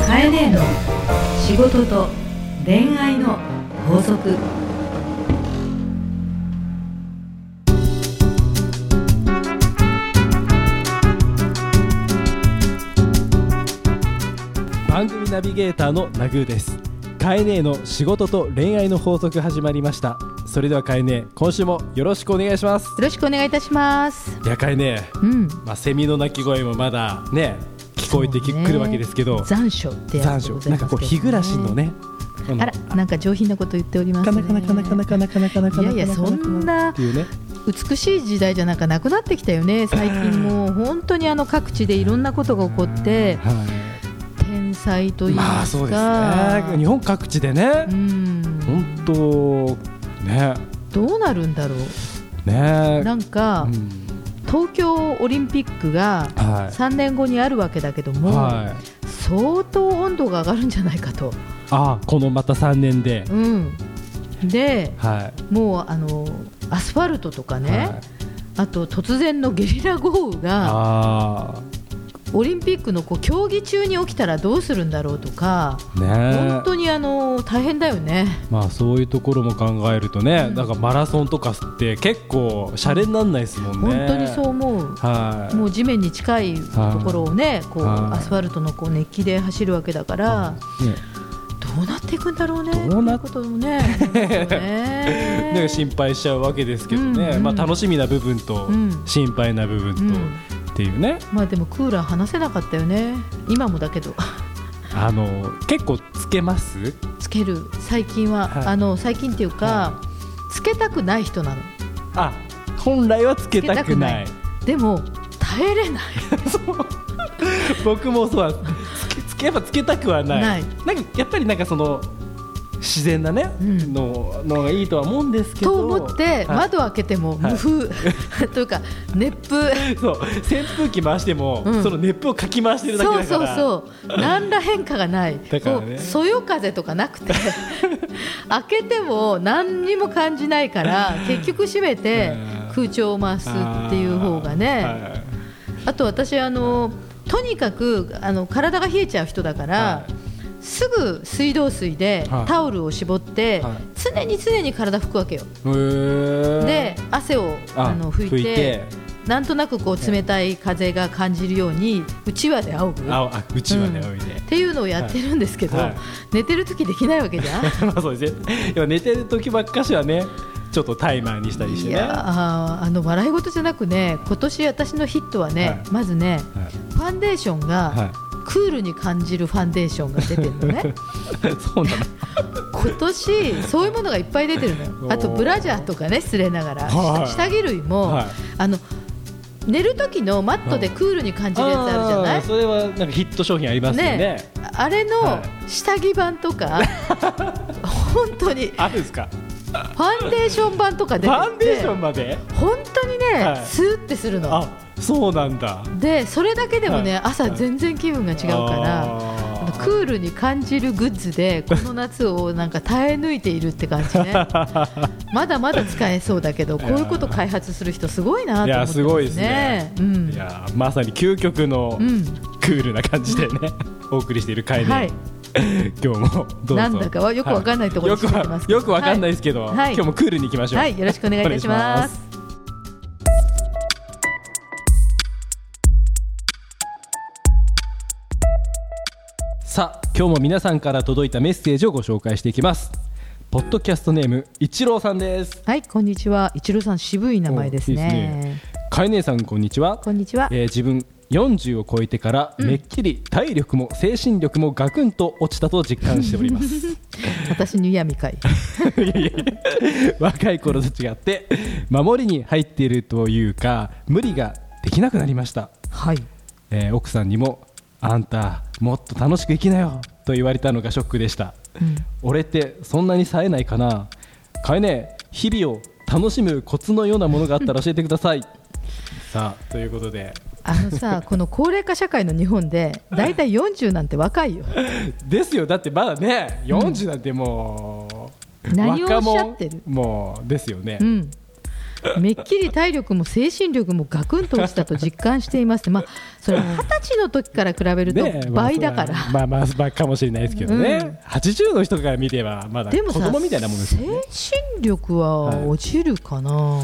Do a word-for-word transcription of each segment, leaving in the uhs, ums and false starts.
かえねえの仕事と恋愛の法則。 番組ナビゲーターのナグーです。かえねえの仕事と恋愛の法則始まりました。それではかえねえ、今週もよろしくお願いします。 よろしくお願いいたします。 いやかえねえ、 うんまあ、セミの鳴き声もまだね聞こえてき、 ね、 くるわけですけど、 残暑ってやつでございますけどね。 なんかこう日暮らしのね、 あら、なんか上品なこと言っておりますね。 かなかなかなかなかなかなかなかなかいやいや、そんな美しい時代じゃなんかなくなってきたよね。最近もう本当にあの各地でいろんなことが起こって、はい、天災といいますか、 まあそうですね、日本各地でね、うん、本当ね、どうなるんだろうね。 なんか、うん、東京オリンピックがさんねんごにあるわけだけども、はい、相当温度が上がるんじゃないかと。 ああ、このまたさんねんで、 うん、で、はい、もうあのアスファルトとかね、はい、あと突然のゲリラ豪雨があオリンピックのこう競技中に起きたらどうするんだろうとか、ね、本当にあの大変だよね。 まあそういうところも考えるとね、うん、なんかマラソンとかって結構シャレにならないですもんね。 本当にそう思う、はい、もう地面に近いところをね、こうアスファルトのこう熱気で走るわけだから、ね、どうなっていくんだろうね。どうなっていくこともねねなんか心配しちゃうわけですけどね、うんうん、まあ、楽しみな部分と心配な部分と、うん、っていうね。 まあでもクーラー離せなかったよね。今もだけどあの結構つけます？ つける。最近は、はい、あの最近っていうか、はい、つけたくない人なの。 あ、本来はつけたくない。 でも耐えれない僕もそうはつけやっぱつけたくはない。ない。なんかやっぱりなんかその自然なね、うん、の, のがいいとは思うんですけど、 と思って窓を開けても無風、はい、というか熱風そう扇風機回しても、うん、その熱風をかき回してるだけだから、 そうそうそう、何ら変化がない。 だからね、 そよ風とかなくて開けても何にも感じないから結局閉めて空調を回すっていう方がね。 あ, あと私あのとにかくあの体が冷えちゃう人だから、はい、すぐ水道水でタオルを絞って、はい、常に常に体拭くわけよ。で汗をあの拭いて、拭いてなんとなくこう冷たい風が感じるようにうちわで仰ぐ、 ああうちわで仰いで、うん、 っていうのをやってるんですけど、はいはい、寝てる時できないわけじゃんまあそうですね。今寝てる時ばっかしはねちょっとタイマーにしたりしてね。いやああの笑い事じゃなくね、今年私のヒットはね、はい、まずね、はい、ファンデーションが、はい、クールに感じるファンデーションが出てるのねそうなの今年そういうものがいっぱい出てるのよ。あとブラジャーとかね、失礼ながら、はい、下着類も、はい、あの寝る時のマットでクールに感じるやつあるじゃない。 あ、それはなんかヒット商品ありますよ ね, ねあれの下着版とか、はい、本当にあるんですか。 ファンデーション版とか出てて、 ファンデーションまで本当にね、はい、スーってするの。 あ、そうなんだ。 でそれだけでもね、はい、朝全然気分が違うから、はい、クールに感じるグッズでこの夏をなんか耐え抜いているって感じねまだまだ使えそうだけど、こういうこと開発する人すごいなと思ってますね。いやすごいですね、うん、 いやまさに究極のクールな感じでね、うん、お送りしている回で、はい今日もどうぞ。 なんだかはよくわかんないところにしてますけど、 よくわかんないですけど、はい、今日もクールに行きましょう。 はい、よろしくお願いいたします。 さあ今日も皆さんから届いたメッセージをご紹介していきます。ポッドキャストネームいちろうさんです。 はい、こんにちは。いちろうさん、渋い名前ですね。 かえねえさん、こんにちは。 こんにちは。 えー、自分よんじゅうを超えてからめっきり体力も精神力もガクンと落ちたと実感しております私に嫌味かいいやいや若い頃と違って守りに入っているというか無理ができなくなりました。 はい、 えー、奥さんにもあんたもっと楽しく生きなよと言われたのがショックでした、うん、俺ってそんなに冴えないかな。かえねえ、日々を楽しむコツのようなものがあったら教えてくださいさあということで、 あのさこの高齢化社会の日本でだいたいよんじゅうなんて若いよですよ。だってまだねよんじゅうなんてもう、 うん、何をおっしゃってるもうですよね、 うん、 めっきり体力も精神力もガクンと落ちたと実感していますって、まあ、それははたちの時から比べると倍だから、ね、 まあまあまあかもしれないですけどね、うん、はちじゅうの人から見ればまだ子供みたいなもんですよね。 でもさ、精神力は落ちるかな、はい、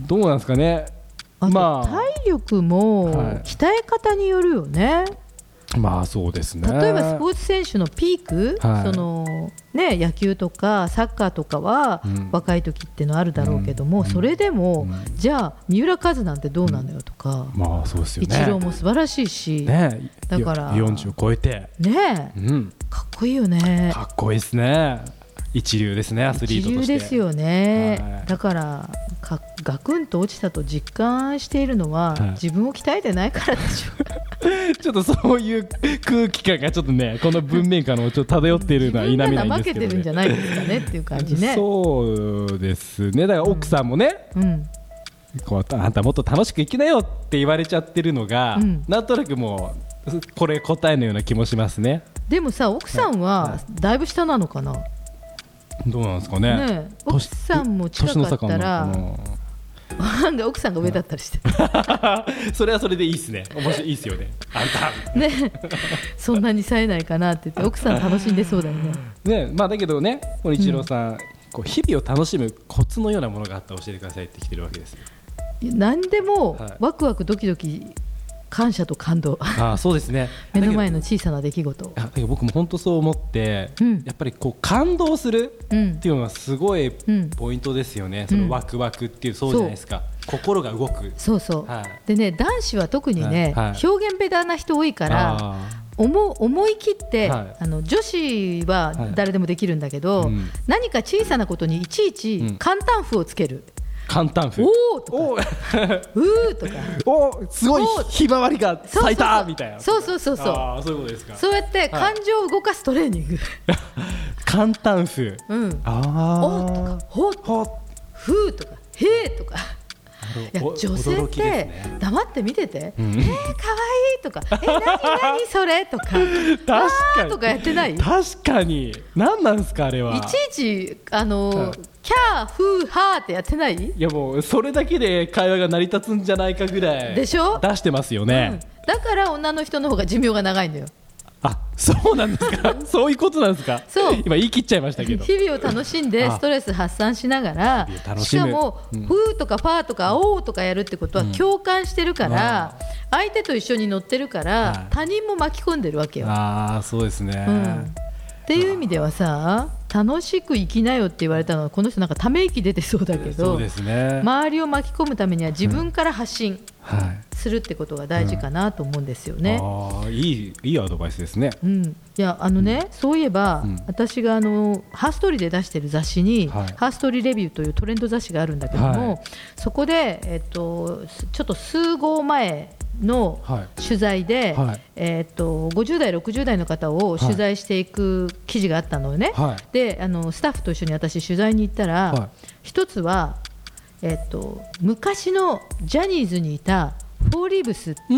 どうなんですかね。 あと体力も鍛え方によるよね、 まあそうですね。 例えばスポーツ選手のピーク、はい、そのね、野球とかサッカーとかは若い時ってのあるだろうけども、うん、それでも、うん、じゃあ三浦カズなんてどうなんだよとか、うん、まあそうですよね、イチローも素晴らしいし、ね、だからよんじゅう超えて、 ね、うん、かっこいいよね。 かっこいいですね。一流ですね、アスリートとして。 一流ですよね、はい、だからかガクンと落ちたと実感しているのは、はい、自分を鍛えてないからでしょちょっとそういう空気感がちょっとね、この文面からもちょっと漂っているのは否めないんですけど、ね、 自分が怠けてるんじゃないですかねっていう感じね。 そうですね。だから奥さんもね、うん、こうあんたもっと楽しく生きなよって言われちゃってるのが、うん、なんとなくもうこれ答えのような気もしますね。 でもさ、奥さんはだいぶ下なのかな、 どうなんですか ね, ね奥さんも近かったらなんで奥さんが上だったりしてそれはそれでいいですね。面白い、いいですよね、あんたねそんなに冴えないかなって言って奥さん楽しんでそうだよね。 ね、まあ、だけどね、このイチローさん、うん、こう日々を楽しむコツのようなものがあったら教えてくださいって来てるわけですよ。 何でもワクワクドキドキ感謝と感動あそうですね目の前の小さな出来事。 だけど僕も本当そう思って、うん、やっぱりこう感動するっていうのはすごいポイントですよね、うん、そのワクワクっていう、そうじゃないですか、心が動く。 そうそう、はい、でね、男子は特にね、はいはい、表現ベタな人多いから思, 思い切って、はい、あの女子は誰でもできるんだけど、はい、うん、何か小さなことにいちいち簡単符をつける、 簡単符、 おーとかうーとかおすごいひまわりが咲いたみたいな。 そうそうそうそう、 あ、そういうことですか。 そうやって感情を動かすトレーニング、 はい、簡単符、 うん、あおーとかほーとかふーとかへーとか。いや女性って黙って見てて、うん、えー、かわいいとかえー、何何それとか確かにとかやってない？ 確かに何なんですかあれは。 いちいちあのー、キャーフーハーってやってない？いやもうそれだけで会話が成り立つんじゃないかぐらいでしょ？出してますよね、 うん、だから女の人の方が寿命が長いのよ。 あ、そうなんですかそういうことなんですか。そう今言い切っちゃいましたけど、 日々を楽しんでストレス発散しながら、しかも、うん、フーとかファーとかオーとかやるってことは共感してるから、うん、相手と一緒に乗ってるから、はい、他人も巻き込んでるわけよ。 あ、そうですね、うん、 っていう意味ではさ、楽しく生きなよって言われたのはこの人なんかため息出てそうだけど、 そうですね、 周りを巻き込むためには自分から発信するってことが大事かなと思うんですよね、 うん、あ、いい、いいアドバイスですね、 うん、いやあのね、うん、そういえば、うん、私があのハーストーリーで出している雑誌に、はい、ハーストーリーレビューというトレンド雑誌があるんだけども、はい、そこで、えっと、ちょっと数号前の取材で、はいはい、えー、とごじゅう代ろくじゅう代の方を取材していく記事があったのよね、はい、であのスタッフと一緒に私取材に行ったら、はい、一つは、えー、と昔のジャニーズにいたフォーリーブスっていう、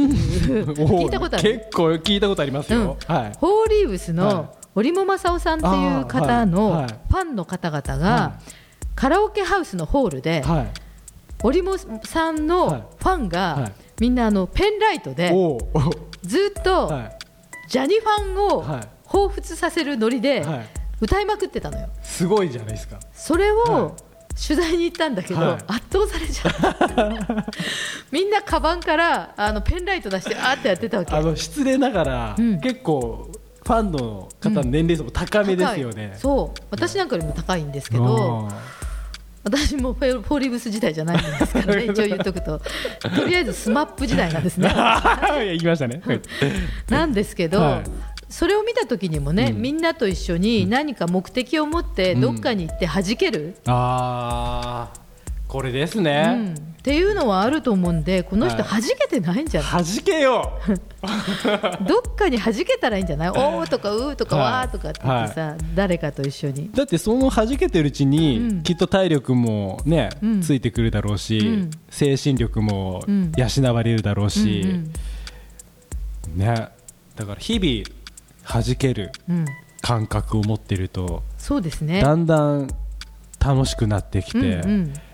うん、聞いたことある？ 結構聞いたことありますよ、 うん、はい、フォーリーブスの折茂正夫さんっていう方のファンの方々がカラオケハウスのホールで、はい、折茂さんのファンが、はいはい、みんなあのペンライトでずっとジャニファンを彷彿させるノリで歌いまくってたのよ。 すごいじゃないですか。 それを取材に行ったんだけど、はい、圧倒されちゃったみんなカバンからあのペンライト出してあーってやってたわけ。 あの失礼ながら、うん、結構ファンの方の年齢層も高めですよね、 うん、そう私なんかよりも高いんですけど、私もフォーリーブス時代じゃないんですからね一応言っとくととりあえずスマップ時代なんですね言いましたねなんですけど、はい、それを見た時にもね、うん、みんなと一緒に何か目的を持ってどっかに行って弾ける、うん、 あーこれですね、うん、 っていうのはあると思うんで、この人弾けてないんじゃない、 はい、弾けよどっかに弾けたらいいんじゃないおーとかうーとかわーとかって言ってさ、はい、誰かと一緒に。 だってその弾けてるうちに、うん、きっと体力もね、うん、ついてくるだろうし、うん、精神力も養われるだろうし、うんうんうん、ね、だから日々弾ける感覚を持ってると、 そうですね、 だんだん楽しくなってきて、うんうん、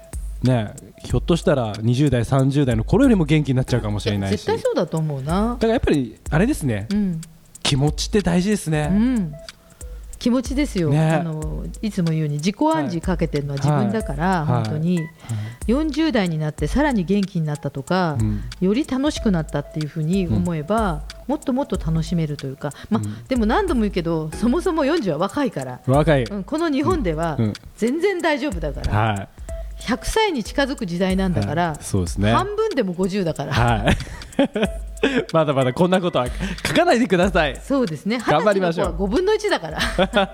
ね、ひょっとしたらにじゅう代さんじゅう代の頃よりも元気になっちゃうかもしれないし、 絶対そうだと思うな。 だからやっぱりあれですね、うん、気持ちって大事ですね、うん、 気持ちですよ、ね、あのいつも言うように自己暗示かけてるのは自分だから、はい、本当に、はい、よんじゅう代になってさらに元気になったとか、うん、より楽しくなったっていうふうに思えば、うん、もっともっと楽しめるというか、まうん、でも何度も言うけどそもそもよんじゅうは若いから若い、 うん、この日本では全然大丈夫だから、うんはい、ひゃくさいに近づく時代なんだから、はい、そうですね、半分でもごじゅうだから、はいまだまだこんなことは書かないでください。 そうですね、 頑張りましょう。 はごぶんのいちだから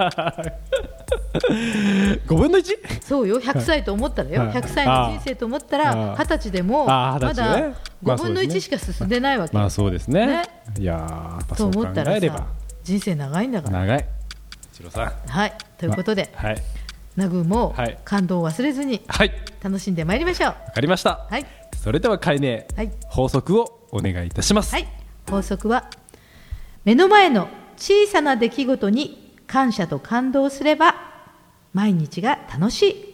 ごぶんのいち？ そうよ、ひゃくさいと思ったらよ、はい、ひゃくさいの人生と思ったらはたちでもまだごぶんのいちしか進んでないわけ。 まあそうですね、ね、いやー、そう考えれば人生長いんだから。 長い、一郎さん。 はい、ということで、 まはい、 ナグも感動を忘れずに楽しんでまいりましょう。わかりました、はい、それではかえね、はい、法則をお願いいたします。 はい、法則は目の前の小さな出来事に感謝と感動すれば毎日が楽しい。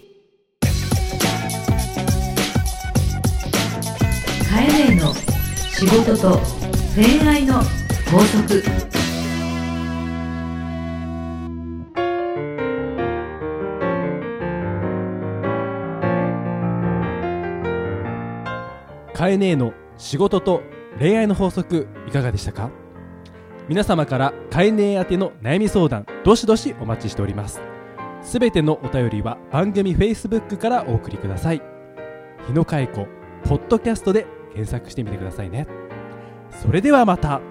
かえねの仕事と恋愛の法則。 かえねの仕事と恋愛の法則、いかがでしたか？皆様からかえね宛ての悩み相談どしどしお待ちしております。すべてのお便りは番組 Facebook からお送りください。日野かえ子ポッドキャストで検索してみてくださいね。それではまた。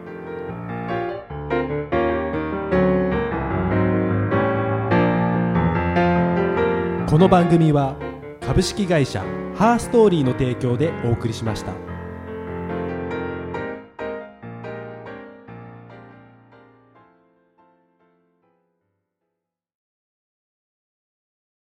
この番組は株式会社ハーストーリーの提供でお送りしました。